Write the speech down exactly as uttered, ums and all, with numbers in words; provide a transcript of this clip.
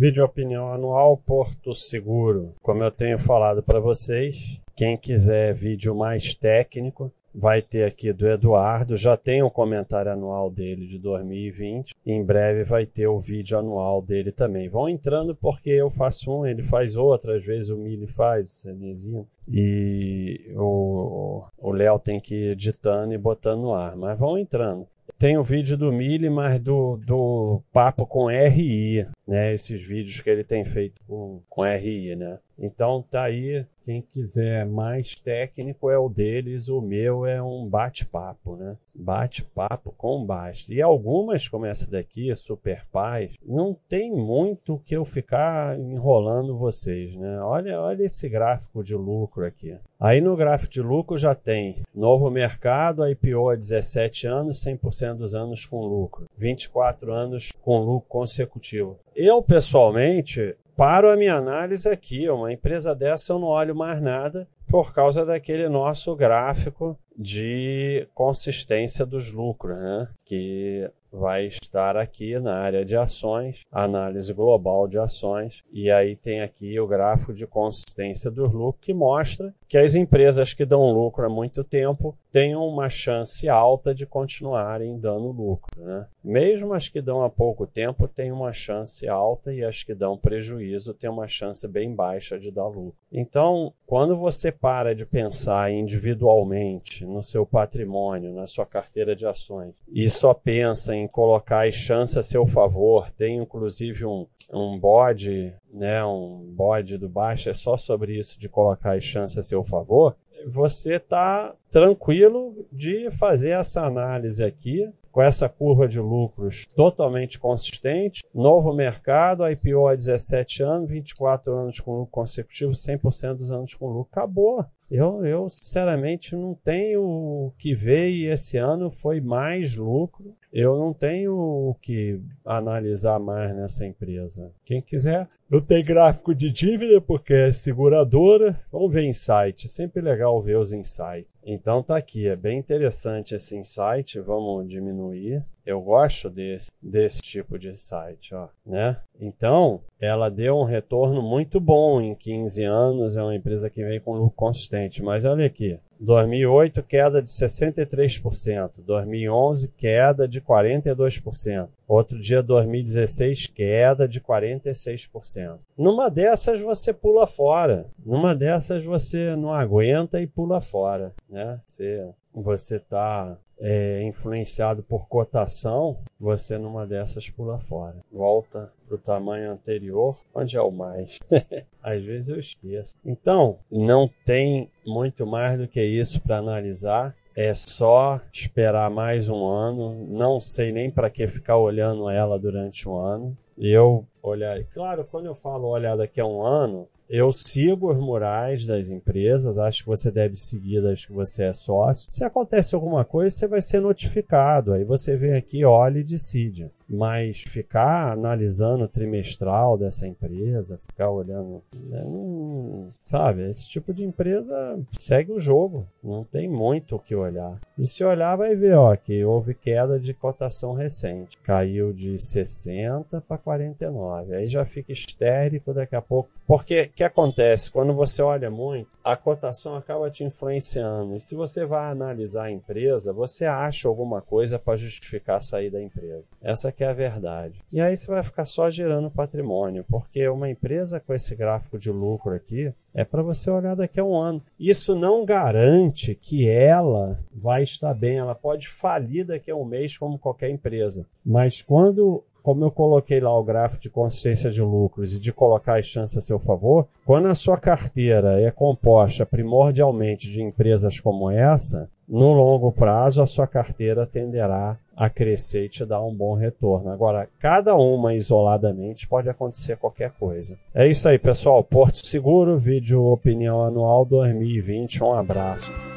Vídeo opinião anual Porto Seguro. Como eu tenho falado para vocês, quem quiser vídeo mais técnico, vai ter aqui do Eduardo. Já tem o comentário anual dele de dois mil e vinte. Em breve vai ter o vídeo anual dele também. Vão entrando porque eu faço um, ele faz outro. Às vezes o Mili faz, o Cenezinho. E o Léo tem que ir editando e botando no ar. Mas vão entrando. Tem o vídeo do Mili, mas do, do papo com R I, né? Esses vídeos que ele tem feito com, com R I, né? Então tá aí, quem quiser mais técnico é o deles, o meu é um bate-papo, né? Bate-papo com baixo. E algumas, como essa daqui, Super Paz, não tem muito que eu ficar enrolando vocês, né? Olha, olha esse gráfico de lucro aqui. Aí no gráfico de lucro já tem novo mercado, I P O há dezessete anos, cem por cento dos anos com lucro. vinte e quatro anos com lucro consecutivo. Eu, pessoalmente, paro a minha análise aqui. Uma empresa dessa eu não olho mais nada por causa daquele nosso gráfico de consistência dos lucros, né? Que vai estar aqui na área de ações, análise global de ações, e aí tem aqui o gráfico de consistência dos lucros que mostra que as empresas que dão lucro há muito tempo têm uma chance alta de continuarem dando lucro, né? Mesmo as que dão há pouco tempo têm uma chance alta e as que dão prejuízo têm uma chance bem baixa de dar lucro. Então, quando você para de pensar individualmente no seu patrimônio, na sua carteira de ações, e só pensa em colocar as chances a seu favor, tem inclusive um, um bode, né, um bode do baixo, é só sobre isso de colocar as chances a seu favor, você está tranquilo de fazer essa análise aqui, com essa curva de lucros totalmente consistente, novo mercado, I P O há dezessete anos, vinte e quatro anos com lucro consecutivo, cem por cento dos anos com lucro. Acabou. Eu, eu, sinceramente, não tenho o que ver e esse ano foi mais lucro. Eu não tenho o que analisar mais nessa empresa. Quem quiser, eu tenho gráfico de dívida porque é seguradora. Vamos ver insight. Sempre legal ver os insights. Então tá aqui, é bem interessante esse insight. Vamos diminuir. Eu gosto desse, desse tipo de site, ó, né? Então, ela deu um retorno muito bom em quinze anos, é uma empresa que vem com lucro consistente, mas olha aqui, dois mil e oito queda de sessenta e três por cento, dois mil e onze queda de quarenta e dois por cento, outro dia dois mil e dezesseis queda de quarenta e seis por cento. Numa dessas você pula fora, numa dessas você não aguenta e pula fora, né? Você, você tá... É, influenciado por cotação, você numa dessas pula fora. Volta para o tamanho anterior, onde é o mais. Às vezes eu esqueço. Então, não tem muito mais do que isso para analisar. É só esperar mais um ano. Não sei nem para que ficar olhando ela durante um ano. Eu olhar, claro, quando eu falo olhar daqui a um ano, eu sigo os murais das empresas, acho que você deve seguir das que você é sócio. Se acontece alguma coisa, você vai ser notificado. Aí você vem aqui, olha e decide. Mas ficar analisando o trimestral dessa empresa, ficar olhando, né, não, sabe, esse tipo de empresa segue o jogo, não tem muito o que olhar. E se olhar vai ver, ó, que houve queda de cotação recente, caiu de sessenta para quarenta e nove, aí já fica histérico daqui a pouco, porque o que acontece? Quando você olha muito, a cotação acaba te influenciando, e se você vai analisar a empresa, você acha alguma coisa para justificar sair da empresa. Essa que é a verdade. E aí você vai ficar só gerando patrimônio, porque uma empresa com esse gráfico de lucro aqui é para você olhar daqui a um ano. Isso não garante que ela vai estar bem, ela pode falir daqui a um mês como qualquer empresa. Mas quando, como eu coloquei lá o gráfico de consistência de lucros e de colocar as chances a seu favor, quando a sua carteira é composta primordialmente de empresas como essa, no longo prazo a sua carteira tenderá a crescer e te dar um bom retorno. Agora, cada uma isoladamente pode acontecer qualquer coisa. É isso aí, pessoal. Porto Seguro, vídeo opinião anual dois mil e vinte. Um abraço.